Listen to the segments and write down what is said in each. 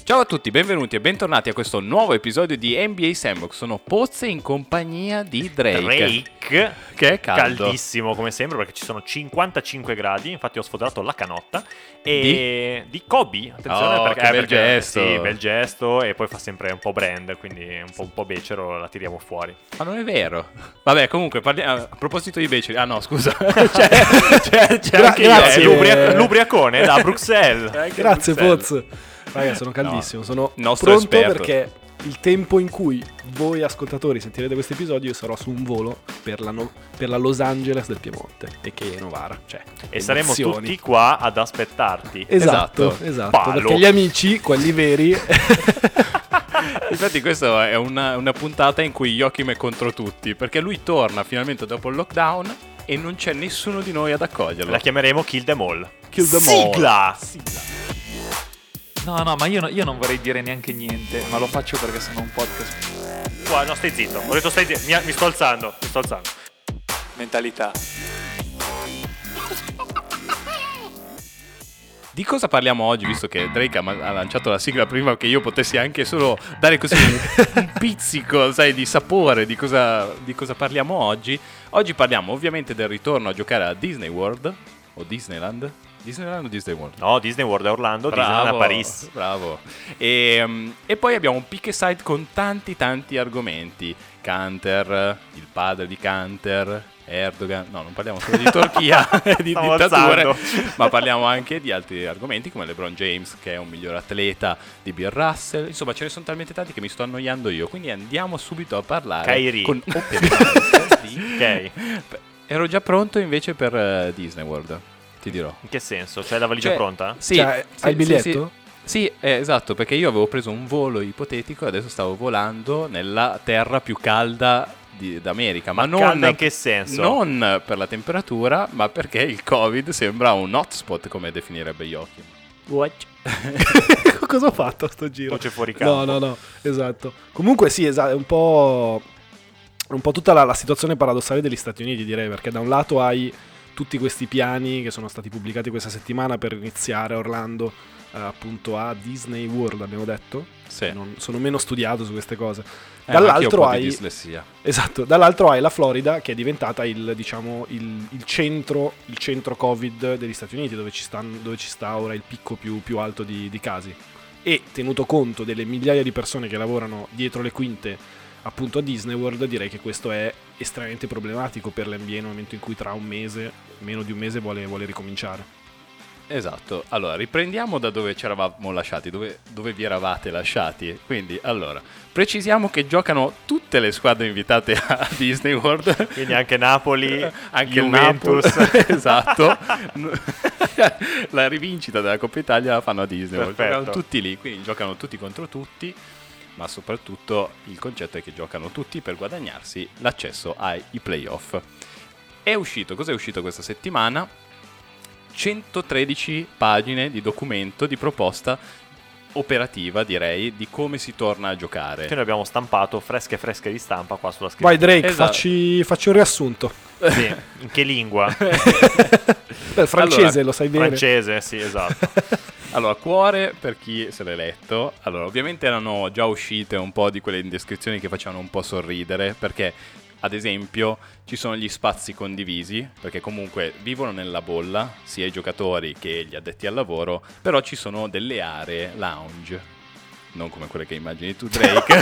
Ciao a tutti, benvenuti e bentornati a questo nuovo episodio di NBA Sandbox. Sono Pozze in compagnia di Drake. Che è caldo. Caldissimo come sempre perché ci sono 55 gradi. Infatti ho sfodato la canotta. E di Kobe, attenzione, perché bel gesto. Sì, bel gesto. E poi fa sempre un po' brand, quindi un po' becero, la tiriamo fuori. Ma non è vero. Vabbè, comunque a proposito di beceri. Ah no, scusa. c'è anche l'ubriacone da Bruxelles. Grazie Poz. Raga, sono caldissimo, sono nostro pronto esperto. perché il tempo in cui voi ascoltatori sentirete questo episodio io sarò su un volo per la Los Angeles del Piemonte e che è Novara, cioè e saremo emozioni. tutti qua ad aspettarti. Esatto. Palo. Perché gli amici, quelli veri Infatti questa è una puntata in cui Joachim è contro tutti, perché lui torna finalmente dopo il lockdown e non c'è nessuno di noi ad accoglierlo. La chiameremo Kill Them All. Kill them all. Sigla. No, ma io non vorrei dire neanche niente, ma lo faccio perché sono un podcast. Qua, no, stai zitto. Ho detto stai zitto. Mi sto alzando. Mentalità. Di cosa parliamo oggi, visto che Drake ha lanciato la sigla prima che io potessi anche solo dare così un pizzico, sai, di sapore di cosa parliamo oggi? Oggi parliamo ovviamente del ritorno a giocare a Disney World o Disneyland. Disneyland o Disney World? No, Disney World a Orlando, Disneyland a Paris. Bravo. E poi abbiamo un pick side con tanti argomenti. Canter, il padre di Canter, Erdogan. No, non parliamo solo di Turchia e di dittature, ma parliamo anche di altri argomenti come LeBron James, che è un miglior atleta, di Bill Russell. Insomma, ce ne sono talmente tanti che mi sto annoiando io. Quindi andiamo subito a parlare Kyrie. con Ok. Ero già pronto invece per Disney World. Ti dirò. In che senso? C'hai la valigia pronta? Sì, cioè, hai il biglietto? Sì, esatto, perché io avevo preso un volo ipotetico e adesso stavo volando nella terra più calda d'America. Ma non calda in che senso? Non per la temperatura, ma perché il Covid sembra un hotspot, come definirebbe Joachim. What? Cosa ho fatto a sto giro? Voce fuori campo. No, esatto. Comunque sì, esatto, è un po' tutta la situazione paradossale degli Stati Uniti, direi, perché da un lato hai tutti questi piani che sono stati pubblicati questa settimana per iniziare a Orlando, appunto a Disney World, abbiamo detto. Sì. Sono meno studiato su queste cose. Dall'altro hai dislessia. Esatto, dall'altro hai la Florida, che è diventata il centro Covid degli Stati Uniti, dove ci sta ora il picco più alto di casi. E tenuto conto delle migliaia di persone che lavorano dietro le quinte appunto a Disney World, direi che questo è estremamente problematico per l'NBA nel momento in cui tra un mese, meno di un mese, vuole ricominciare. Esatto, allora riprendiamo da dove ci eravamo lasciati, dove vi eravate lasciati. Quindi, allora, precisiamo che giocano tutte le squadre invitate a Disney World. Quindi anche Napoli, anche Juventus. il Napoli, esatto. La rivincita della Coppa Italia la fanno a Disney World. Giocano tutti lì, quindi giocano tutti contro tutti. Ma soprattutto il concetto è che giocano tutti per guadagnarsi l'accesso ai playoff. Cos'è uscito questa settimana? 113 pagine di documento, di proposta operativa, direi, di come si torna a giocare. Che noi abbiamo stampato fresche di stampa qua sulla scrivania. Vai Drake, esatto. facci un riassunto. Sì, in che lingua? Beh, francese, lo sai bene. Francese, sì, esatto. Allora, cuore per chi se l'è letto. Allora, ovviamente erano già uscite un po' di quelle indiscrezioni che facevano un po' sorridere, perché ad esempio ci sono gli spazi condivisi, perché comunque vivono nella bolla sia i giocatori che gli addetti al lavoro, però ci sono delle aree lounge, non come quelle che immagini tu, Drake.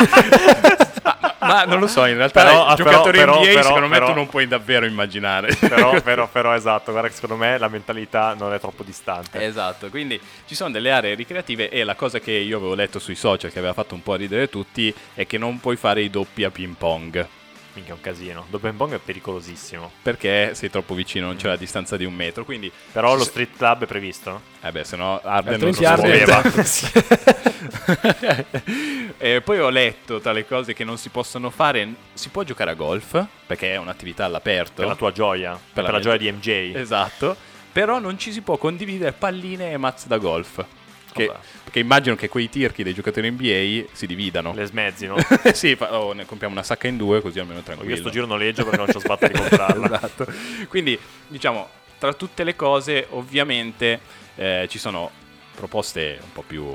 ma non lo so, in realtà i giocatori NBA secondo me tu non puoi davvero immaginare. Però esatto, guarda che secondo me la mentalità non è troppo distante. Esatto, quindi ci sono delle aree ricreative e la cosa che io avevo letto sui social che aveva fatto un po' ridere tutti è che non puoi fare i doppi a ping pong. Minchia, è un casino. Dopo ping pong è pericolosissimo. Perché sei troppo vicino, non c'è la distanza di 1 metro, quindi... Però lo street club è previsto? Se no Arden non si muoveva. E poi ho letto tra le cose che non si possono fare, si può giocare a golf, perché è un'attività all'aperto. Per la tua gioia, per la gioia di MJ. Esatto, però non ci si può condividere palline e mazze da golf. Perché immagino che quei tirchi dei giocatori NBA si dividano. Le smezzino. Sì, ne compriamo una sacca in 2 così almeno tranquillo. Io sto giro noleggio perché non c'ho spazio di comprarla. Esatto. Quindi diciamo, tra tutte le cose ovviamente ci sono proposte un po' più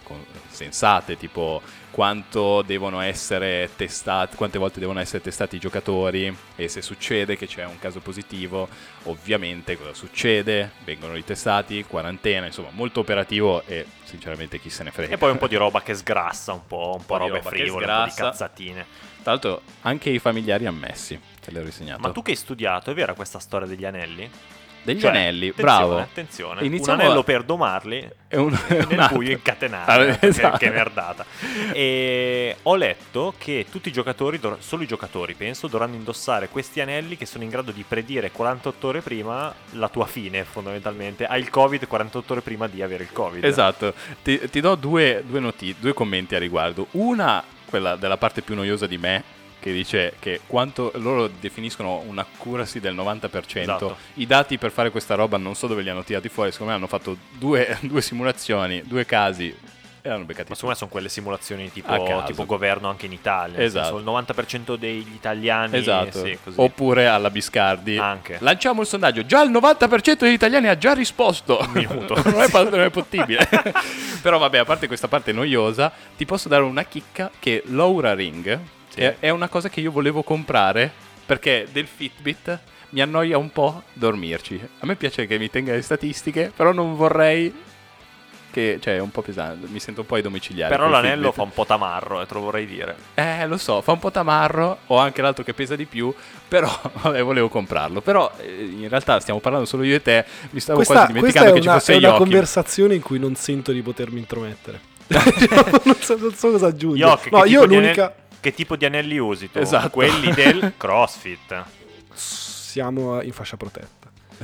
sensate, tipo quanto devono essere testati, quante volte devono essere testati i giocatori, e se succede che c'è un caso positivo, ovviamente cosa succede? Vengono ritestati, quarantena, insomma molto operativo e sinceramente chi se ne frega. E poi un po' di roba che sgrassa, un po' robe roba che frivole, un po' di sgrassa. cazzatine. Tra l'altro anche i familiari ammessi, te l'ho risegnato. Ma tu che hai studiato, è vera questa storia degli anelli? Degli Cioè, anelli, attenzione, bravo. Attenzione, Iniziamo un anello a- per domarli È un nel altro. buio incatenare. Esatto. Che merdata. E ho letto che tutti i giocatori, solo i giocatori penso, dovranno indossare questi anelli che sono in grado di predire 48 ore prima la tua fine, fondamentalmente. Hai il Covid 48 ore prima di avere il Covid. Esatto, ti do due commenti a riguardo. Una, quella della parte più noiosa di me, che dice che quanto loro definiscono un'accuracy del 90%. Esatto. I dati per fare questa roba non so dove li hanno tirati fuori, secondo me hanno fatto due simulazioni, 2 casi e hanno beccati. Ma secondo me sono quelle simulazioni A caso. tipo governo anche in Italia. Nel Esatto. senso, il 90% degli italiani. Esatto, Sì, così. oppure alla Biscardi. Anche. Lanciamo il sondaggio, già il 90% degli italiani ha già risposto. Un minuto. non è possibile. Però vabbè, a parte questa parte noiosa, ti posso dare una chicca che l'Oura Ring è una cosa che io volevo comprare, perché del Fitbit mi annoia un po' dormirci. A me piace che mi tenga le statistiche, però non vorrei che, cioè, è un po' pesante, mi sento un po' ai domiciliari. Però col l'anello Fitbit. fa un po' tamarro, te lo vorrei dire. Lo so, fa un po' tamarro, ho anche l'altro che pesa di più, però vabbè, volevo comprarlo. Però in realtà stiamo parlando solo io e te, mi stavo quasi dimenticando che ci fosse è una Joachim. conversazione in cui non sento di potermi intromettere. non so cosa aggiungere. Yoke, No, che io tipo di l'unica... che tipo di anelli usi tu? Esatto. Quelli del CrossFit. Siamo in fascia protetta.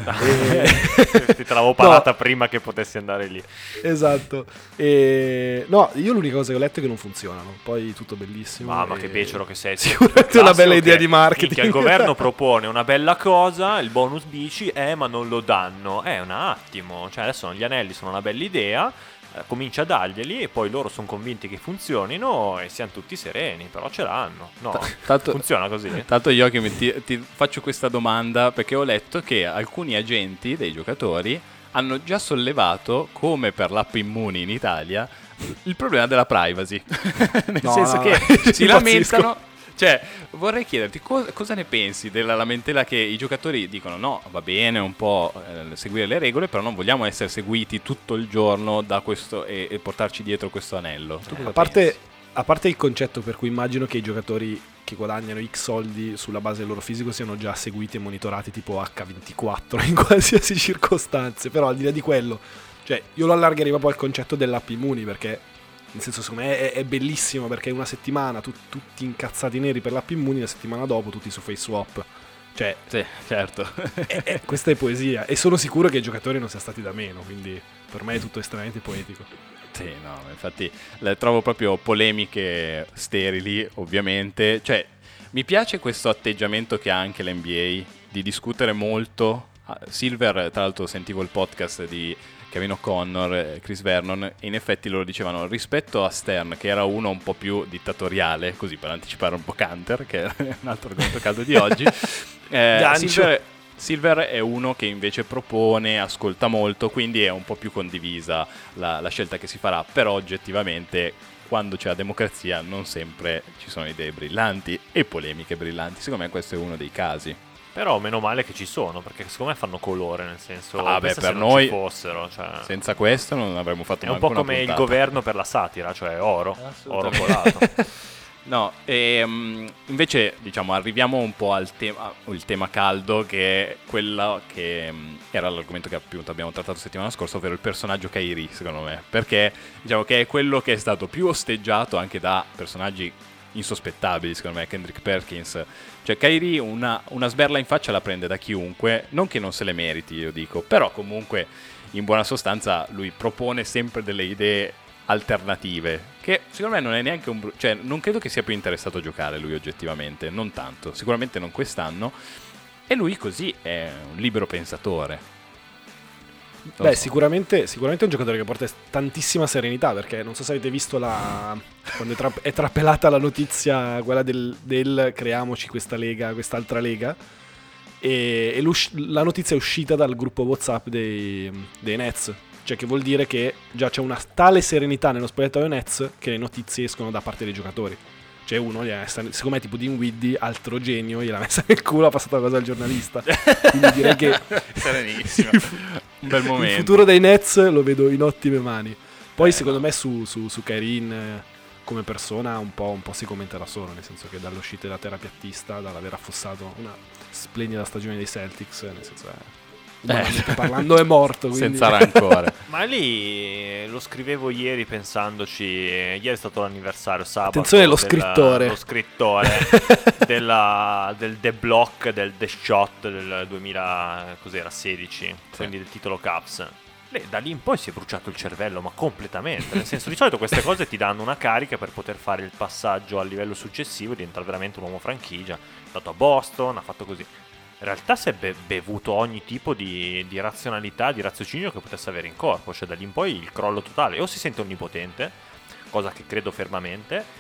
Te l'avevo parata prima che potessi andare lì. Esatto. No, io l'unica cosa che ho letto è che non funzionano. Poi tutto bellissimo. Mamma che becero che sei. Sicuramente è una bella idea di marketing. Minchia, il governo propone una bella cosa, il bonus bici, ma non lo danno. Un attimo, cioè adesso gli anelli sono una bella idea, comincia a darglieli e poi loro sono convinti che funzionino e siamo tutti sereni, però ce l'hanno. No, Tanto- funziona così. Tanto Joachim, ti faccio questa domanda perché ho letto che alcuni agenti dei giocatori hanno già sollevato, come per l'app Immuni in Italia, il problema della privacy. Nel No, senso no, che no. si Impazzisco. lamentano. Cioè, vorrei chiederti cosa ne pensi della lamentela che i giocatori dicono no, va bene un po' seguire le regole, però non vogliamo essere seguiti tutto il giorno da questo e portarci dietro questo anello. Tu cosa pensi? A parte il concetto per cui immagino che i giocatori che guadagnano X soldi sulla base del loro fisico siano già seguiti e monitorati tipo H24 in qualsiasi circostanza, però al di là di quello, cioè io lo allargherei proprio al concetto dell'app Immuni, perché nel senso secondo me è bellissimo, perché una settimana tutti incazzati neri per l'app Immuni, la settimana dopo tutti su FaceSwap. Cioè, Sì, certo. questa è poesia e sono sicuro che i giocatori non siano stati da meno, quindi per me è tutto estremamente poetico. Sì, no, infatti le trovo proprio polemiche sterili, ovviamente. Cioè, mi piace questo atteggiamento che ha anche l'NBA di discutere molto. Silver, tra l'altro sentivo il podcast di Kevin O'Connor e Chris Vernon e in effetti loro dicevano, rispetto a Stern, che era uno un po' più dittatoriale, così per anticipare un po' Canter, che è un altro argomento caldo di oggi, Silver è uno che invece propone, ascolta molto, quindi è un po' più condivisa la scelta che si farà, però oggettivamente quando c'è la democrazia non sempre ci sono idee brillanti e polemiche brillanti. Secondo me questo è uno dei casi. Però meno male che ci sono, perché secondo me fanno colore, nel senso Per se non noi ci fossero, cioè, senza questo non avremmo fatto è un manco po' una come il puntata. governo per la satira, cioè oro Assolutamente. colato. No, invece diciamo arriviamo un po' al il tema caldo, che è quello che era l'argomento che appunto abbiamo trattato settimana scorsa, ovvero il personaggio Kyrie, secondo me, perché diciamo che è quello che è stato più osteggiato anche da personaggi insospettabili, secondo me, Kendrick Perkins. Cioè Kyrie una sberla in faccia la prende da chiunque, non che non se le meriti, io dico, però comunque in buona sostanza lui propone sempre delle idee alternative, che secondo me non è neanche cioè non credo che sia più interessato a giocare lui oggettivamente, non tanto, sicuramente non quest'anno, e lui così è un libero pensatore. Non Beh, so. sicuramente è un giocatore che porta tantissima serenità, perché non so se avete visto quando è trapelata la notizia, quella del creiamoci questa lega, quest'altra lega, e la notizia è uscita dal gruppo WhatsApp dei Nets, Cioè che vuol dire che già c'è una tale serenità nello spogliatoio Nets che le notizie escono da parte dei giocatori. Cioè uno, secondo me tipo Dinwiddie, altro genio, gliel'ha messa nel culo, ha passato la cosa al giornalista. Quindi direi che Serenissimo. Un bel momento. il futuro dei Nets lo vedo in ottime mani. Poi secondo me su Kyrie come persona un po' si commenta da solo, nel senso che dall'uscita da terapiattista, dall'aver affossato una splendida stagione dei Celtics, nel senso umanamente parlando è morto, quindi. Senza rancore. Ma lì lo scrivevo ieri pensandoci. Ieri è stato l'anniversario, sabato. Attenzione, lo scrittore. Lo scrittore del The Block, del The Shot del 2016, quindi del titolo Cavs. Da lì in poi si è bruciato il cervello, ma completamente. Nel senso, di solito queste cose ti danno una carica per poter fare il passaggio al livello successivo e diventare veramente un uomo franchigia. È andato a Boston, ha fatto così. In realtà si è bevuto ogni tipo di razionalità, di raziocinio che potesse avere in corpo. Cioè da lì in poi il crollo totale. O si sente onnipotente, cosa che credo fermamente,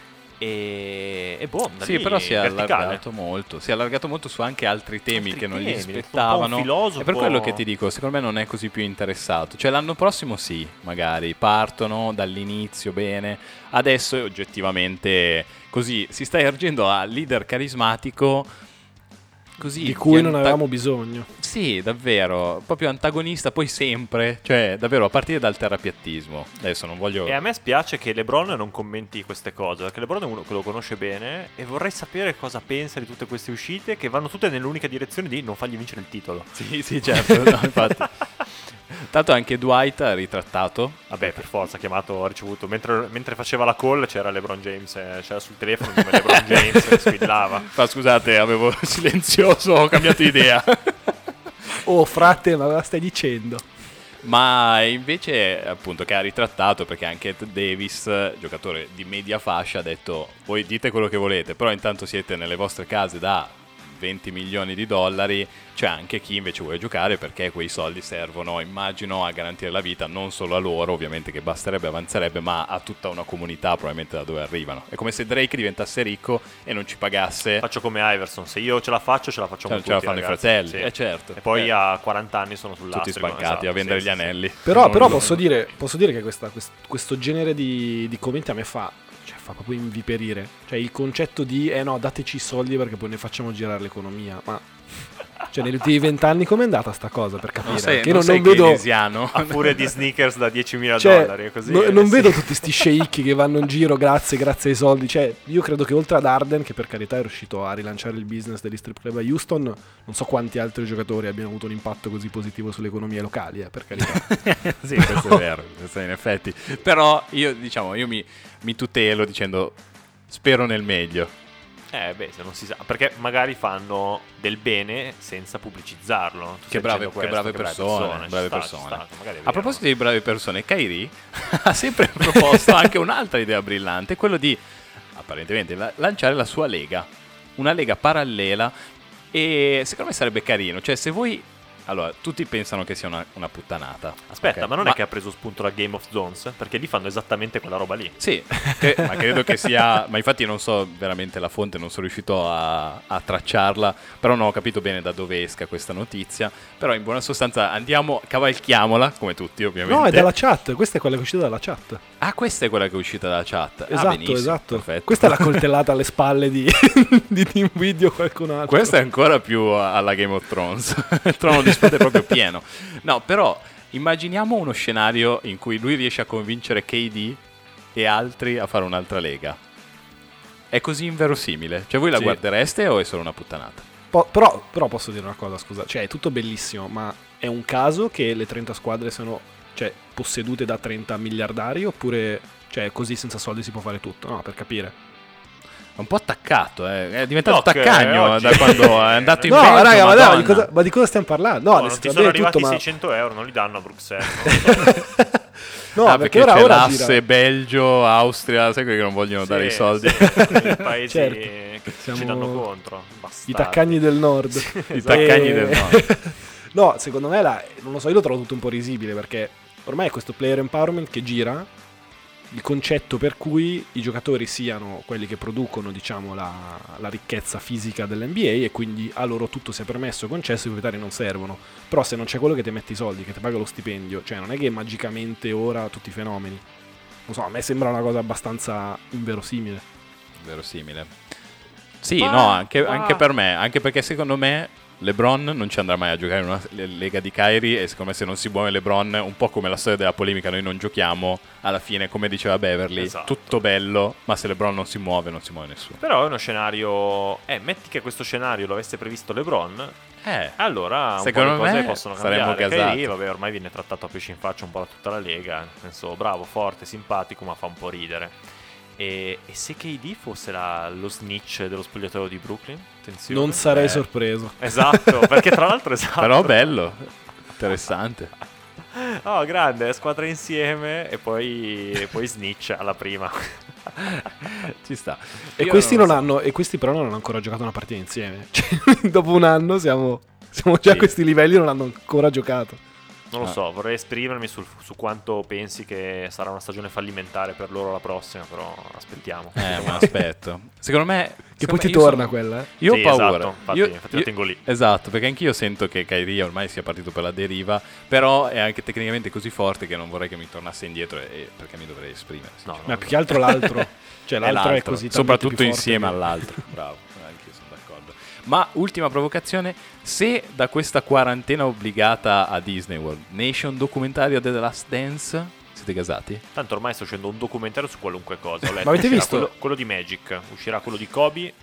e boh, da sì, lì però si è verticale. allargato molto. Si è allargato molto su anche altri temi Altri che non gli temi, spettavano. un po' un filosofo. È per quello che ti dico, secondo me non è così più interessato. Cioè l'anno prossimo sì, magari partono dall'inizio bene. Adesso è oggettivamente così, si sta ergendo a leader carismatico così, di cui non avevamo bisogno. Sì, davvero, proprio antagonista poi sempre, cioè davvero a partire dal terapiattismo. Adesso non voglio. E a me spiace che LeBron non commenti queste cose, perché LeBron è uno che lo conosce bene e vorrei sapere cosa pensa di tutte queste uscite che vanno tutte nell'unica direzione di non fargli vincere il titolo. Sì, certo, no, infatti. Tanto anche Dwight ha ritrattato. Vabbè, per forza, ha ricevuto. Mentre faceva la call c'era LeBron James, c'era sul telefono come LeBron James che squillava. Ma scusate, avevo silenzioso, ho cambiato idea. Oh frate, ma cosa stai dicendo? Ma invece appunto che ha ritrattato, perché anche Ed Davis, giocatore di media fascia, ha detto voi dite quello che volete, però intanto siete nelle vostre case da 20 milioni di dollari, c'è anche chi invece vuole giocare perché quei soldi servono, immagino, a garantire la vita non solo a loro, ovviamente, che basterebbe, avanzerebbe, ma a tutta una comunità probabilmente da dove arrivano. È come se Drake diventasse ricco e non ci pagasse. Faccio come Iverson, se io ce la facciamo Cioè, tutti, ce la fanno ragazzi. i fratelli, Sì. certo. E poi a 40 anni sono Tutti sull'astrico. spancati a vendere gli anelli. Però Non- posso dire che questo genere di commenti a me fa proprio inviperire. Cioè il concetto di no, dateci i soldi perché poi ne facciamo girare l'economia. Ma cioè negli ultimi 20 anni com'è andata sta cosa, per capire? Che non sei vedo keynesiano. A furia di sneakers da 10.000 cioè, dollari. Così, non sì. vedo tutti sti sceicchi che vanno in giro grazie ai soldi. Cioè io credo che oltre ad Arden, che per carità è riuscito a rilanciare il business degli strip club a Houston, non so quanti altri giocatori abbiano avuto un impatto così positivo sulle economie locali, per carità. Sì, questo è vero, questo in effetti. Però io mi tutelo dicendo spero nel meglio. Se non si sa, perché magari fanno del bene senza pubblicizzarlo. Tu Che stai brave dicendo persone. ci sta, magari è A vero. proposito di brave persone, Kyrie ha sempre proposto anche un'altra idea brillante, quello di apparentemente lanciare la sua lega, una lega parallela, e secondo me sarebbe carino. Cioè, se voi allora, tutti pensano che sia una puttanata. Aspetta, ok? ma non è che ha preso spunto da Game of Thrones? Perché lì fanno esattamente quella roba lì. Sì, ma credo che sia. Ma infatti non so veramente la fonte, non sono riuscito a tracciarla. Però non ho capito bene da dove esca questa notizia. Però in buona sostanza cavalchiamola, come tutti ovviamente. No, è dalla chat, questa è quella che è uscita dalla chat. Ah, questa è quella che è uscita dalla chat. Esatto, esatto. Perfetto. Questa è la coltellata alle spalle di Dinwiddie o qualcun altro. Questa è ancora più alla Game of Thrones. Il trono di spade è proprio pieno. No, però immaginiamo uno scenario in cui lui riesce a convincere KD e altri a fare un'altra lega. È così inverosimile. Cioè, voi la guardereste o è solo una puttanata? Però posso dire una cosa, scusa. Cioè, è tutto bellissimo, ma è un caso che le 30 squadre siano, cioè, possedute da 30 miliardari, oppure, cioè, così senza soldi si può fare tutto? No, per capire. È un po' attaccato, è diventato Doc, taccagno oggi. da quando è andato in No, Belgio, raga, Madonna. ma di cosa stiamo parlando? No, non ti sono arrivati i 600 euro, non li danno a Bruxelles. No, perché ora c'è gira. l'asse Belgio, Austria, sai quelli che non vogliono dare i soldi. Sì, i paesi Certo. che Siamo ci danno contro. I Bastardi. taccagni del nord. I taccagni del nord. No, secondo me non lo so, io lo trovo tutto un po' risibile, perché ormai è questo player empowerment che gira il concetto per cui i giocatori siano quelli che producono, diciamo, la ricchezza fisica dell'NBA, e quindi a loro tutto sia permesso, concesso, i proprietari non servono. Però se non c'è quello che ti mette i soldi, che ti paga lo stipendio, cioè non è che magicamente ora tutti i fenomeni. Non so, a me sembra una cosa abbastanza inverosimile. Verosimile. Sì, no, anche per me, anche perché secondo me LeBron non ci andrà mai a giocare in una lega di Kyrie, e secondo me se non si muove LeBron, un po' come la storia della polemica, noi non giochiamo, alla fine, come diceva Beverly, Esatto. tutto bello, ma se LeBron non si muove nessuno. Però è uno scenario... metti che questo scenario lo avesse previsto LeBron, allora un secondo po' di cose me possono saremmo cambiare. gasati. Kyrie, vabbè, ormai viene trattato a pesci in faccia un po' da tutta la Lega, nel senso, bravo, forte, simpatico, ma fa un po' ridere. E se KD fosse lo snitch dello spogliatoio di Brooklyn? Attenzione. Non sarei sorpreso. Esatto, perché tra l'altro esatto. Però bello, interessante. Oh, grande, squadra insieme e poi snitch alla prima. Ci sta. E Io questi, lo non so. hanno, e questi però non hanno ancora giocato una partita insieme. Cioè, dopo un anno siamo già a Sì. questi livelli e non hanno ancora giocato. Non lo so, vorrei esprimermi su quanto pensi che sarà una stagione fallimentare per loro la prossima, però aspettiamo. Ma aspetto. Secondo me... Che poi ti io torna sono- quella, Io ho Sì, paura. esatto, infatti lo tengo lì. Esatto, perché anch'io sento che Kyrie ormai sia partito per la deriva, però è anche tecnicamente così forte che non vorrei che mi tornasse indietro, perché mi dovrei esprimere. No, Ma più che altro l'altro. Cioè l'altro è così talmente soprattutto più forte insieme che- all'altro. Bravo, anch'io sono d'accordo. Ma ultima provocazione, se da questa quarantena obbligata a Disney World nasce un documentario The Last Dance, siete gasati? Tanto ormai sta uscendo un documentario su qualunque cosa. Ho letto, Ma avete uscirà visto? quello di Magic, uscirà quello di Kobe,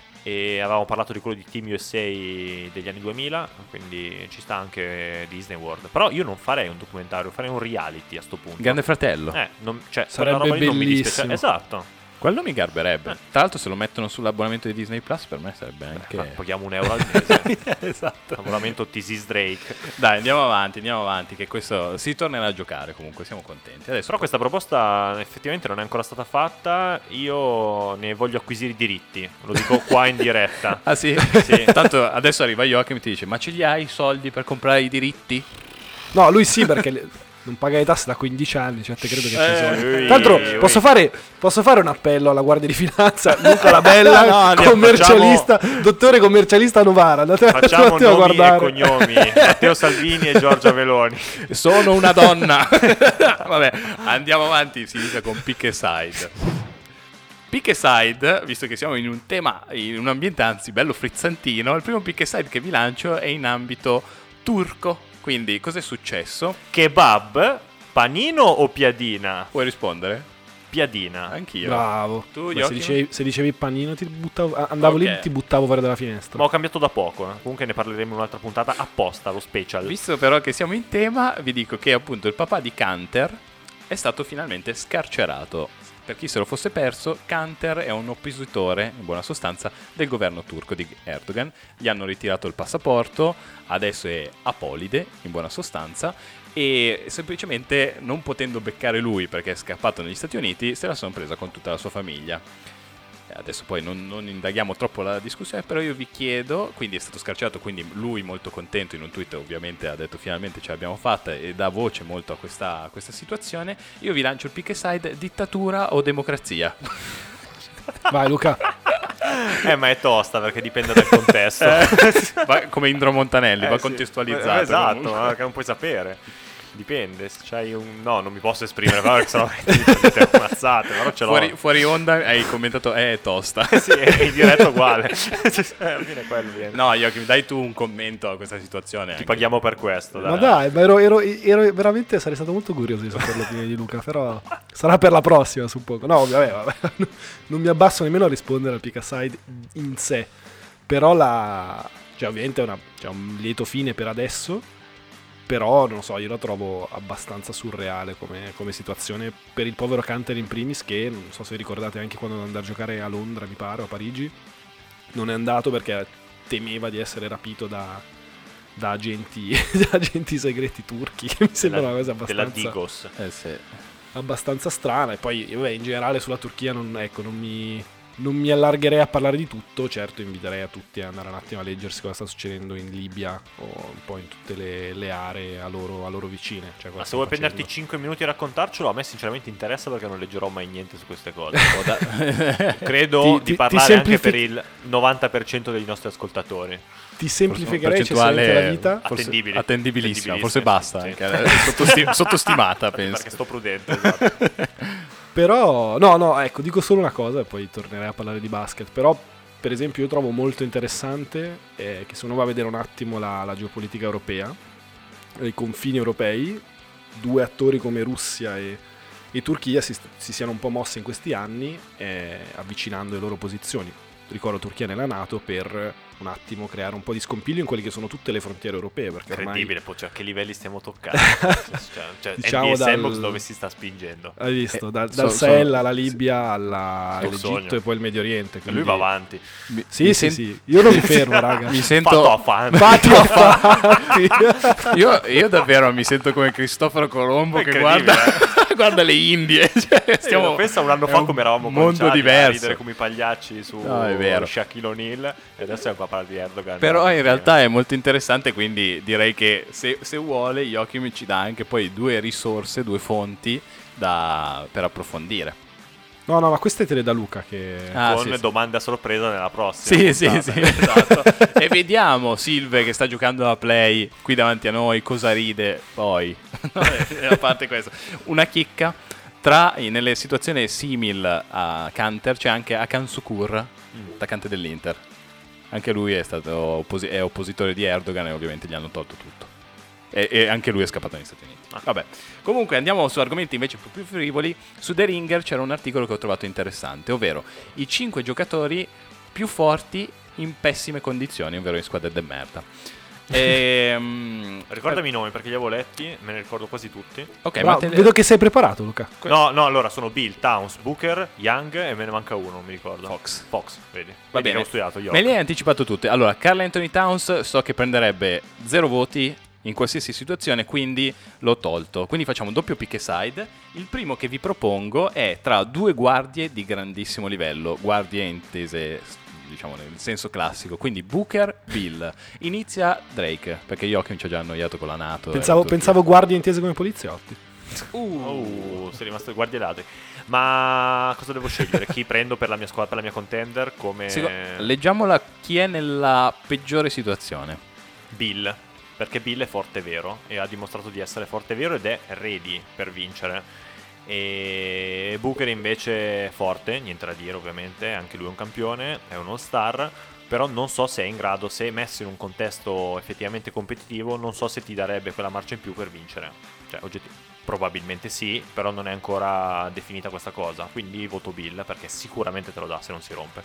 e avevamo parlato di quello di Team USA degli anni 2000, quindi ci sta anche Disney World. Però io non farei un documentario, farei un reality a sto punto. Grande Fratello. Cioè, Sarebbe quella roba lì non mi bellissimo. dispiace. Esatto. Quello mi garberebbe. Tra l'altro se lo mettono sull'abbonamento di Disney Plus per me sarebbe anche... Paghiamo €1 al mese. Esatto. Abbonamento This Drake. Dai, andiamo avanti, che questo si tornerà a giocare comunque, siamo contenti. Adesso Però questa proposta effettivamente non è ancora stata fatta. Io ne voglio acquisire i diritti. Lo dico qua in diretta. Ah sì? Sì. Tanto adesso arriva Joachim e ti dice: ma ce li hai i soldi per comprare i diritti? No, lui sì, perché non paga le tasse da 15 anni, cioè te credo che ci sono. ui, Tra l'altro ui. posso fare un appello alla Guardia di Finanza, Luca La Bella, No, commercialista, dottore commercialista a Novara, andate un Facciamo attimo a nomi e guardare. cognomi. Matteo Salvini e Giorgia Meloni. Sono una donna. Vabbè, andiamo avanti, si inizia con Pick a Side. Pick a Side, visto che siamo in un tema, in un ambiente anzi bello frizzantino, il primo Pick a Side che vi lancio è in ambito turco. Quindi, cos'è successo? Kebab, panino o piadina? Puoi rispondere? Piadina. Anch'io. Bravo. Tu, Beh, Joachim? se dicevi panino andavo lì Ok. e ti buttavo fuori dalla finestra. Ma ho cambiato da poco. Comunque ne parleremo in un'altra puntata apposta, lo special. Visto però che siamo in tema, vi dico che appunto il papà di Kanter è stato finalmente scarcerato. Per chi se lo fosse perso, Kanter è un oppositore, in buona sostanza, del governo turco di Erdogan. Gli hanno ritirato il passaporto, adesso è apolide, in buona sostanza, e semplicemente non potendo beccare lui perché è scappato negli Stati Uniti, se la sono presa con tutta la sua famiglia. Adesso poi non indaghiamo troppo la discussione, però io vi chiedo, quindi è stato scarcerato, quindi lui molto contento in un tweet ovviamente ha detto finalmente ce l'abbiamo fatta e dà voce molto a questa situazione. Io vi lancio il pick a side, dittatura o democrazia? Vai Luca. Ma è tosta perché dipende dal contesto. Come Indro Montanelli, va Sì. contestualizzato. Esatto, comunque. ma che non puoi sapere. Dipende, se c'hai un... No, non mi posso esprimere, perché sennò mi prendete ammazzate, però ce l'ho. Fuori onda hai commentato è tosta. Sì, è in diretta uguale. Alla fine quello viene. No, Joachim, dai tu un commento a questa situazione. Ti anche. paghiamo per questo, dai. Ma dai, ma ero veramente, sarei stato molto curioso di sapere l'opinione di Luca, però sarà per la prossima, suppongo. No, vabbè, non mi abbasso nemmeno a rispondere al pick a side in sé, però cioè, ovviamente c'è un lieto fine per adesso, però non so, io la trovo abbastanza surreale come situazione per il povero Kanter in primis, che non so se ricordate anche quando andò a giocare a Londra, mi pare, o a Parigi, non è andato perché temeva di essere rapito da agenti, da agenti segreti turchi, che mi sembra una cosa Della abbastanza, Digos. Sì. abbastanza strana. E poi vabbè, in generale sulla Turchia non mi Non mi allargherei a parlare di tutto, certo inviterei a tutti ad andare un attimo a leggersi cosa sta succedendo in Libia o un po' in tutte le aree a loro vicine. Cioè, Ma se vuoi prenderti 5 minuti a raccontarcelo, a me sinceramente interessa perché non leggerò mai niente su queste cose. Credo di parlare anche per il 90% dei nostri ascoltatori. Ti semplificherei eccessivamente la vita. Attendibilissima, forse basta, sì. anche sottostimata, penso. Perché sto prudente, esatto. Però, no, ecco, dico solo una cosa e poi tornerei a parlare di basket. Però, per esempio, io trovo molto interessante che se uno va a vedere un attimo la geopolitica europea, i confini europei, due attori come Russia e Turchia si siano un po' mossi in questi anni, avvicinando le loro posizioni. Ricordo Turchia nella NATO per un attimo creare un po' di scompiglio in quelle che sono tutte le frontiere europee, perché incredibile, ormai... cioè, a che livelli stiamo toccando? cioè diciamo NBA Sandbox dove si sta spingendo? Hai visto? Dal Sahel alla Libia all'Egitto e poi il Medio Oriente. Quindi... lui va avanti. Sì. Io non mi fermo, raga. Mi sento fatti. io davvero mi sento come Cristoforo Colombo che guarda le Indie. Cioè, pensa un anno fa come eravamo mondo diverso, a ridere come i pagliacci su Shaquille O'Neal e adesso siamo qua a parlare di Erdogan. Però in realtà è molto interessante, quindi direi che se vuole Joachim ci dà anche poi due risorse, due fonti per approfondire. No, ma queste te le dà Luca che... con domande a sorpresa nella prossima. Sì, esatto. E vediamo Silve che sta giocando a Play qui davanti a noi, cosa ride poi. A parte questo, una chicca, nelle situazioni simili a Kanter c'è anche Hakan Şükür, attaccante dell'Inter. Anche lui è oppositore di Erdogan e ovviamente gli hanno tolto tutto. E anche lui è scappato negli Stati Uniti. Vabbè. Comunque andiamo su argomenti invece più frivoli. Su The Ringer c'era un articolo che ho trovato interessante, ovvero i 5 giocatori più forti in pessime condizioni, ovvero in squadre de merda. Ricordami i nomi perché li avevo letti, me ne ricordo quasi tutti. Ok, vedo che sei preparato, Luca. No, allora sono Bill, Towns, Booker, Young e me ne manca uno, non mi ricordo. Fox, vedi. Va bene. Che ho studiato io. Me li hai anticipato tutti. Allora, Karl Anthony Towns so che prenderebbe 0 voti in qualsiasi situazione, quindi l'ho tolto. Quindi facciamo un doppio pick e side. Il primo che vi propongo è tra due guardie di grandissimo livello, guardie intese diciamo nel senso classico, quindi Booker, Bill. Inizia Drake, perché Joachim ci ha già annoiato con la NATO. Pensavo guardie intese come poliziotti. Sei rimasto guardie ladri. Ma cosa devo scegliere? Chi prendo per la mia squadra, per la mia contender? Come... leggiamola, chi è nella peggiore situazione? Bill, perché Bill è forte vero e ha dimostrato di essere forte vero ed è ready per vincere. E Booker invece è forte, niente da dire ovviamente, anche lui è un campione, è un all-star, però non so se è in grado, se messo in un contesto effettivamente competitivo, non so se ti darebbe quella marcia in più per vincere. Cioè, probabilmente sì, però non è ancora definita questa cosa, quindi voto Bill perché sicuramente te lo dà se non si rompe.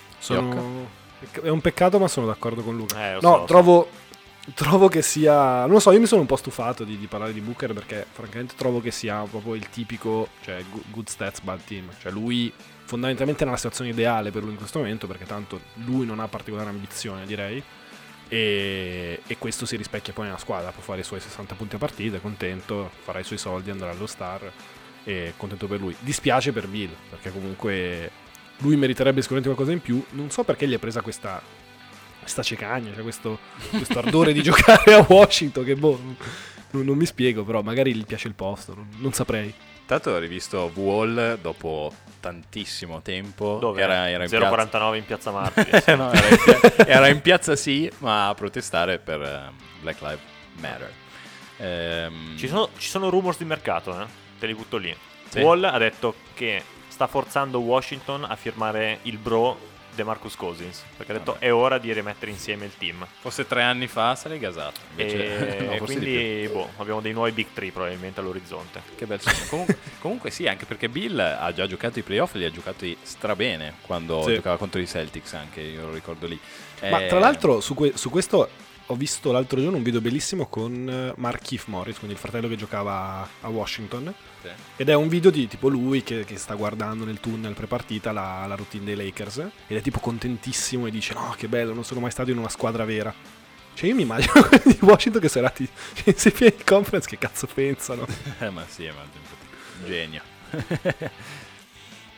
È un peccato, ma sono d'accordo con Luca. Trovo che sia... Non lo so, io mi sono un po' stufato di parlare di Booker perché francamente trovo che sia proprio il tipico, cioè good stats, bad team. Cioè lui fondamentalmente è nella situazione ideale per lui in questo momento perché tanto lui non ha particolare ambizione, direi. E questo si rispecchia poi nella squadra, può fare i suoi 60 punti a partita, è contento, farà i suoi soldi, andrà allo Star e contento per lui. Dispiace per Bill perché comunque lui meriterebbe sicuramente qualcosa in più. Non so perché gli è presa questa cecagna, cioè questo ardore di giocare a Washington che non mi spiego, però magari gli piace il posto, non saprei. Tanto ho rivisto Wall dopo tantissimo tempo. Dove? Era in 049 in Piazza Martiri. No, era in piazza sì, ma a protestare per Black Lives Matter. Ci sono rumors di mercato, te li butto lì. Sì. Wall ha detto che sta forzando Washington a firmare il bro DeMarcus Cousins, perché ha detto è ora di rimettere insieme il team. Forse 3 anni fa sarei gasato. Invece, no, quindi abbiamo dei nuovi Big 3 probabilmente all'orizzonte. Che bel sogno. Comunque sì, anche perché Bill ha già giocato i playoff, li ha giocati strabene quando giocava contro i Celtics, anche io lo ricordo lì. Ma tra l'altro su questo ho visto l'altro giorno un video bellissimo con Markieff Morris, quindi il fratello che giocava a Washington. Sì. Ed è un video di tipo lui che sta guardando nel tunnel prepartita la routine dei Lakers ed è tipo contentissimo e dice no che bello, non sono mai stato in una squadra vera. Cioè io mi immagino quelli di Washington che sono andati in semifinali di conference, che cazzo pensano? Ma sì, ma genio.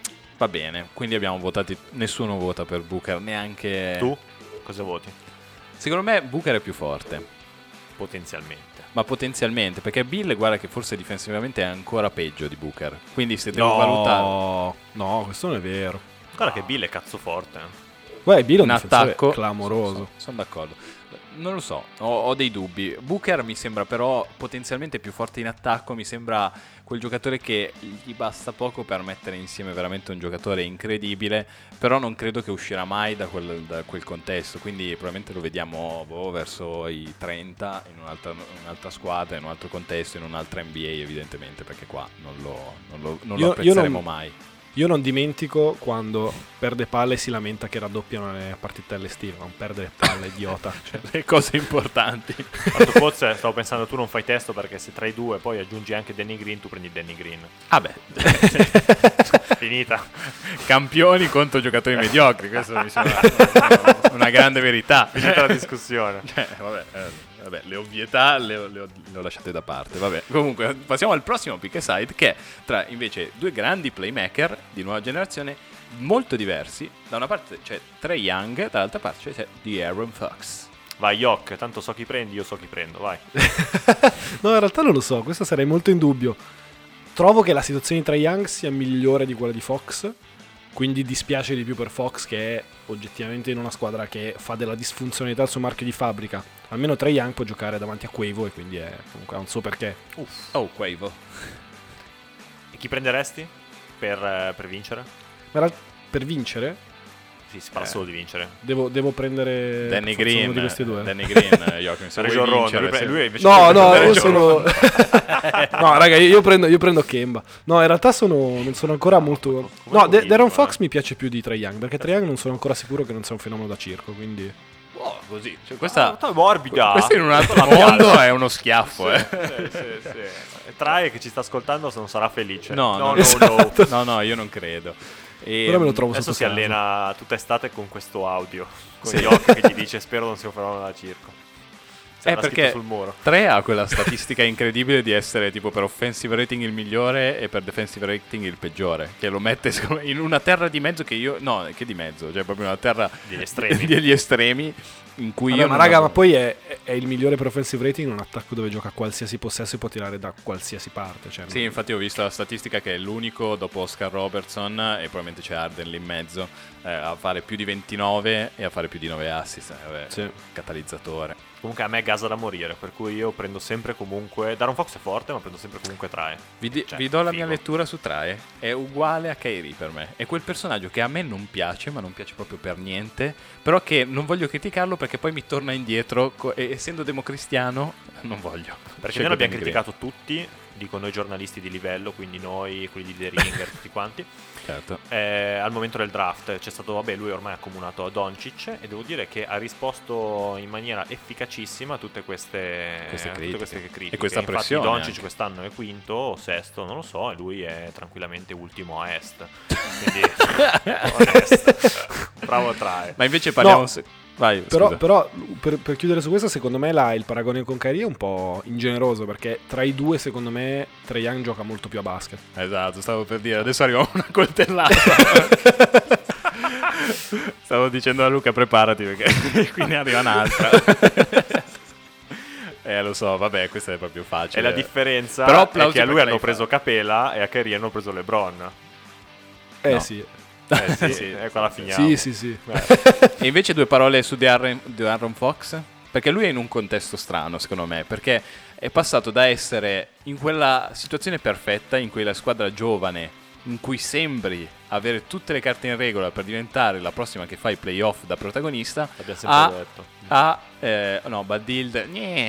Va bene, quindi abbiamo votati, nessuno vota per Booker, neanche... Tu cosa voti? Secondo me Booker è più forte, Potenzialmente. ma potenzialmente, perché Bill guarda che forse difensivamente è ancora peggio di Booker, quindi se devo valutare No, questo non è vero. Guarda che Bill è cazzo forte. Guarda, Bill è un in difensore attacco clamoroso. sono d'accordo. Non lo so, ho dei dubbi. Booker mi sembra però potenzialmente più forte in attacco, mi sembra quel giocatore che gli basta poco per mettere insieme veramente un giocatore incredibile, però non credo che uscirà mai da quel contesto, quindi probabilmente lo vediamo verso i 30 in un'altra squadra, in un altro contesto, in un'altra NBA evidentemente, perché qua non lo apprezzeremo mai. Io non dimentico quando perde palle e si lamenta che raddoppiano le partite estive. Non perdere palle, idiota. Cioè, le cose importanti. Tanto forse stavo pensando tu non fai testo perché se tra i due poi aggiungi anche Danny Green, tu prendi Danny Green. Ah beh, Finita. campioni contro giocatori mediocri, questo mi sembra una grande verità. Finita la discussione. Vabbè, le ovvietà le ho lasciate da parte. Vabbè, comunque passiamo al prossimo pick side, che è tra invece due grandi playmaker di nuova generazione molto diversi. Da una parte c'è Trae Young, dall'altra parte c'è De'Aaron Fox. Vai Yok, tanto so chi prendi, io so chi prendo, vai. No, in realtà non lo so, questo sarei molto in dubbio. Trovo che la situazione di Trae Young sia migliore di quella di Fox, quindi dispiace di più per Fox, che è oggettivamente in una squadra che fa della disfunzionalità il suo marchio di fabbrica. Almeno Trae Young può giocare davanti a Quavo e quindi comunque ha un suo perché. Oh, Quavo. E chi prenderesti per vincere? Ma per vincere Sì, si parla solo di vincere. devo prendere Danny per forza uno Green, di questi due. Danny Green, Joachim, se Region vuoi Rondo, vincere, lui invece No, prende io Region sono. Rondo. No, raga, io prendo Kemba. No, in realtà non sono ancora molto. No, De'Aaron Fox mi piace più di Trae Young, perché Trae Young non sono ancora sicuro che non sia un fenomeno da circo, quindi. Oh, così. Cioè, questa è morbida. in un altro mondo è uno schiaffo, eh. Sì. E Trae che ci sta ascoltando non sarà felice. No, esatto. no, io non credo. Ora me lo trovo Adesso sotto si casa. allena tutta estate con questo audio. Con Sì. gli occhi che gli dice spero non sia un fenomeno da circo. Sarà scritto Perché sul muro. 3 ha quella statistica incredibile di essere tipo per offensive rating il migliore e per defensive rating il peggiore, che lo mette secondo me, in una terra di mezzo che io no, che di mezzo, cioè proprio una terra Degli estremi. degli estremi in cui Vabbè, io ma non raga, ho- ma poi è il migliore per offensive rating in un attacco dove gioca qualsiasi possesso e può tirare da qualsiasi parte. Cioè, Sì, infatti ho visto la statistica che è l'unico dopo Oscar Robertson e probabilmente c'è Harden lì in mezzo a fare più di 29 e a fare più di 9 assist, Sì. catalizzatore. Comunque a me gasa da morire, per cui io prendo sempre comunque. Daron Fox è forte, ma prendo sempre comunque Trae. Vi do la mia figo. lettura su Trae, è uguale a Kyrie per me, è quel personaggio che a me non piace, ma non piace proprio per niente, però che non voglio criticarlo perché poi mi torna indietro e essendo democristiano non voglio. Perché Scelgo noi l'abbiamo Danny criticato tutti, dico noi giornalisti di livello, quindi noi, quelli di The Ringer, tutti quanti. Green. Certo. Al momento del draft c'è stato, vabbè, lui ormai è accomunato a Doncic e devo dire che ha risposto in maniera efficacissima a tutte queste critiche. E questa Infatti pressione Doncic anche. quest'anno è quinto o sesto, non lo so, e lui è tranquillamente ultimo a est. Quindi onest. Bravo Trae. Ma invece parliamo... No. Vai, Però, scusa. però per chiudere su questo, secondo me il paragone con Kyrie è un po' ingeneroso, perché tra i due, secondo me, Trae Young gioca molto più a basket. Esatto, stavo per dire, adesso arriva una coltellata. Stavo dicendo a Luca preparati perché qui ne arriva un'altra. Lo so, vabbè, questa è proprio facile. E la differenza Però è applausi che a lui perché hanno l'hai preso Capela e a Kyrie hanno preso LeBron. No. Sì. Sì, qua la finiamo. Sì. E invece due parole su De'Aaron Fox, perché lui è in un contesto strano secondo me, perché è passato da essere in quella situazione perfetta in cui la squadra giovane, in cui sembri avere tutte le carte in regola per diventare la prossima che fa i playoff da protagonista, L'abbiamo sempre detto. Badild,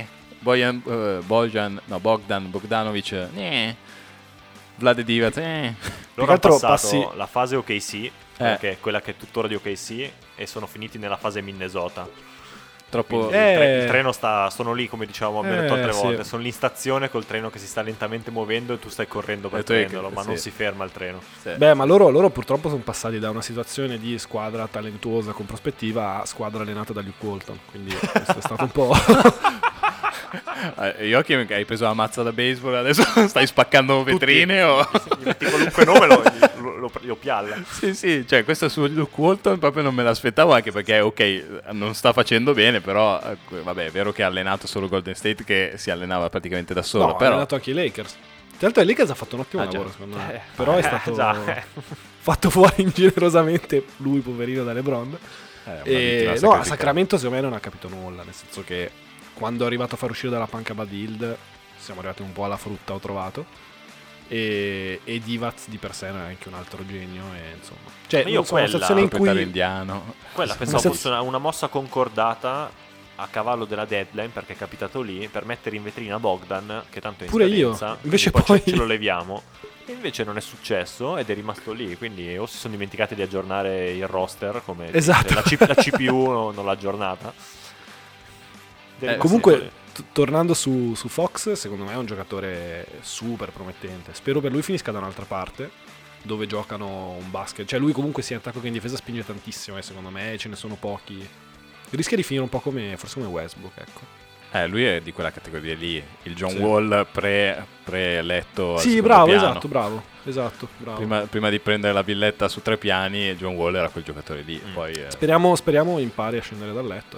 Bogdan Bogdanovic, Vlade Divac, Loro hanno che altro passato la fase OKC, che è quella che è tuttora di OKC, e sono finiti nella fase Minnesota. troppo... Quindi il treno sono lì, come dicevamo abbiamo detto altre sì. volte, sono lì in stazione col treno che si sta lentamente muovendo e tu stai correndo per E tu hai- prenderlo, ma sì. non si ferma il treno. Beh, ma loro purtroppo sono passati da una situazione di squadra talentuosa con prospettiva a squadra allenata da Luke Walton. Quindi questo è stato un po'. Joachim, hai preso la mazza da baseball, adesso stai spaccando vetrine o... Gli metti qualunque nome lo pialla. Sì, cioè questo su Luke Walton proprio non me l'aspettavo, anche perché ok, non sta facendo bene, però vabbè, è vero che ha allenato solo Golden State, che si allenava praticamente da solo, No, ha però... allenato anche i Lakers. Tra l'altro i Lakers ha fatto un ottimo lavoro, secondo me. Però è stato fatto fuori ingenerosamente lui, poverino, da LeBron. No, a Sacramento secondo me non ha capito nulla, nel senso che quando è arrivato a far uscire dalla panca Bud Hield siamo arrivati un po' alla frutta, ho trovato. E Divac di per sé non è anche un altro genio, e insomma, cioè io una situazione in cui indiano. Quella pensavo fosse una mossa concordata a cavallo della deadline, perché è capitato lì, per mettere in vetrina Bogdan, che tanto è in pure scadenza, io invece poi poi ce lo leviamo, e invece non è successo ed è rimasto lì, quindi o si sono dimenticati di aggiornare il roster, come esatto. la CPU non l'ha aggiornata. Comunque tornando su Fox, secondo me è un giocatore super promettente. Spero per lui finisca da un'altra parte, dove giocano un basket, cioè lui comunque sia in attacco che in difesa spinge tantissimo, e secondo me ce ne sono pochi. Rischia di finire un po' forse come Westbrook, ecco. Lui è di quella categoria lì, il John Wall pre-eletto. Sì, bravo, esatto, bravo. Prima di prendere la villetta su 3 piani, John Wall era quel giocatore lì. Poi, Speriamo impari a scendere dal letto.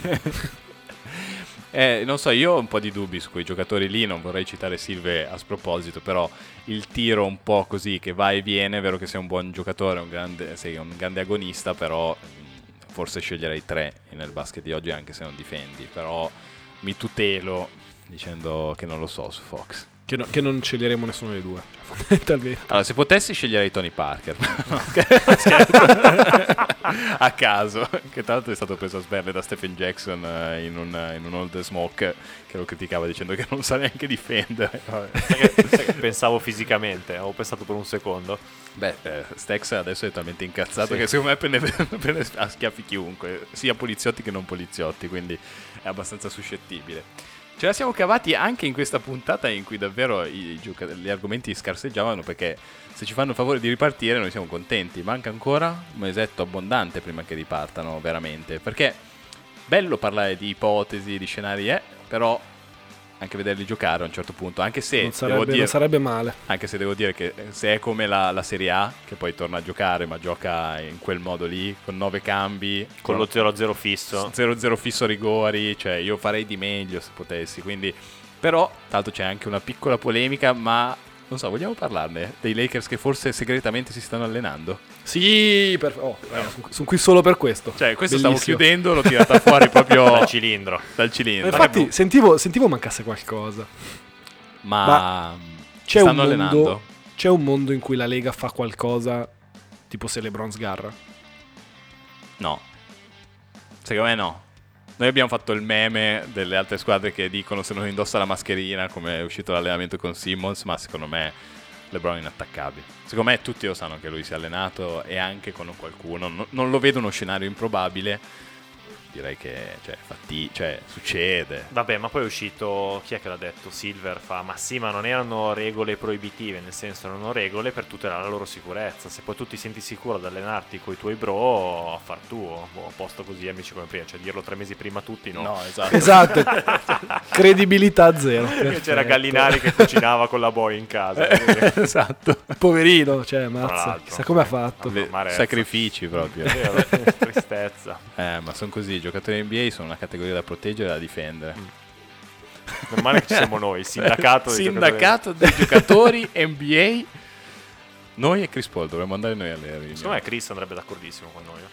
Non so, io ho un po' di dubbi su quei giocatori lì, non vorrei citare Silve a sproposito, però il tiro un po' così che va e viene, è vero che sei un buon giocatore, sei un grande agonista, però forse sceglierei 3 nel basket di oggi, anche se non difendi, però mi tutelo dicendo che non lo so su Fox. Che non sceglieremo nessuno dei due, fondamentalmente. Allora, se potessi sceglierei Tony Parker. A caso, che tra l'altro è stato preso a sberle da Stephen Jackson in un Old Smoke, che lo criticava dicendo che non sa neanche difendere. Sai che pensavo fisicamente, ho pensato per un secondo. Stex adesso è talmente incazzato che secondo me prende a schiaffi chiunque, sia poliziotti che non poliziotti, quindi è abbastanza suscettibile. Ce la siamo cavati anche in questa puntata in cui davvero gli argomenti scarseggiavano, perché se ci fanno il favore di ripartire noi siamo contenti. Manca ancora un mesetto abbondante prima che ripartano veramente, perché bello parlare di ipotesi, di scenari, però anche vederli giocare a un certo punto, anche se non sarebbe male. Anche se devo dire che se è come la Serie A, che poi torna a giocare ma gioca in quel modo lì, con 9 cambi, con lo 0-0 fisso, 0-0 fisso rigori, cioè io farei di meglio se potessi, quindi però tanto c'è anche una piccola polemica, ma non so, vogliamo parlarne dei Lakers che forse segretamente si stanno allenando? Sì, sono qui solo per questo. Cioè, questo bellissimo. Stavo chiudendo, l'ho tirata fuori proprio dal cilindro. Infatti sentivo mancasse qualcosa. Ma c'è stanno allenando? C'è un mondo in cui la Lega fa qualcosa tipo se LeBron sgarra? No. Secondo me no. Noi abbiamo fatto il meme delle altre squadre che dicono se non indossa la mascherina, come è uscito l'allenamento con Simmons, ma secondo me LeBron è inattaccabile. Secondo me tutti lo sanno che lui si è allenato, e anche con qualcuno. Non lo vedo uno scenario improbabile. Direi che succede. Vabbè, ma poi è uscito, chi è che l'ha detto? Silver ma sì, ma non erano regole proibitive, nel senso erano regole per tutelare la loro sicurezza. Se poi tu ti senti sicuro ad allenarti con i tuoi bro, a far tuo, a posto così, amici come prima, cioè dirlo 3 mesi prima tutti, no? No, esatto. Esatto. Credibilità zero. C'era Gallinari che cucinava con la boia in casa. Esatto. Poverino, cioè mazza, chissà come ha fatto. Sacrifici proprio. Tristezza. Ma sono così. I giocatori NBA sono una categoria da proteggere e da difendere. Normale che ci siamo noi, sindacato dei giocatori NBA. Noi e Chris Paul dovremmo andare noi alle riunioni. Secondo me Chris andrebbe d'accordissimo con noi.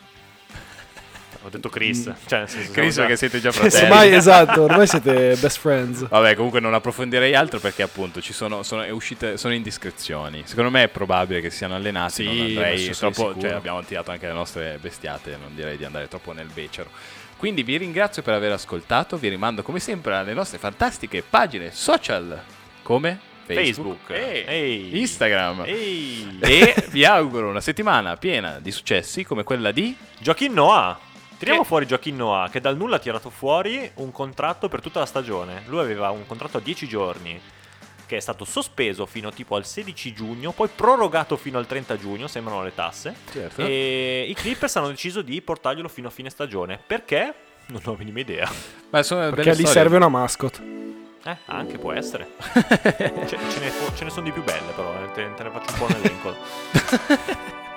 Ho detto Chris, cioè nel senso, Chris perché siete già fratelli. Esatto, ormai siete best friends. Vabbè, comunque non approfondirei altro, perché appunto sono indiscrezioni. Secondo me è probabile che siano allenati. Non andrei troppo, cioè abbiamo tirato anche le nostre bestiate, non direi di andare troppo nel becero. Quindi vi ringrazio per aver ascoltato, vi rimando come sempre alle nostre fantastiche pagine social come Facebook. Instagram. E vi auguro una settimana piena di successi come quella di Joakim Noah. Tiriamo fuori Joakim Noah, che dal nulla ha tirato fuori un contratto per tutta la stagione. Lui aveva un contratto a 10 giorni che è stato sospeso fino tipo al 16 giugno, poi prorogato fino al 30 giugno, sembrano le tasse. Certo. E i Clippers hanno deciso di portarglielo fino a fine stagione. Perché? Non ho la minima idea. Ma sono perché gli serve una mascot. Anche può essere. Ce ne sono di più belle, però. Te ne faccio un po' un elenco.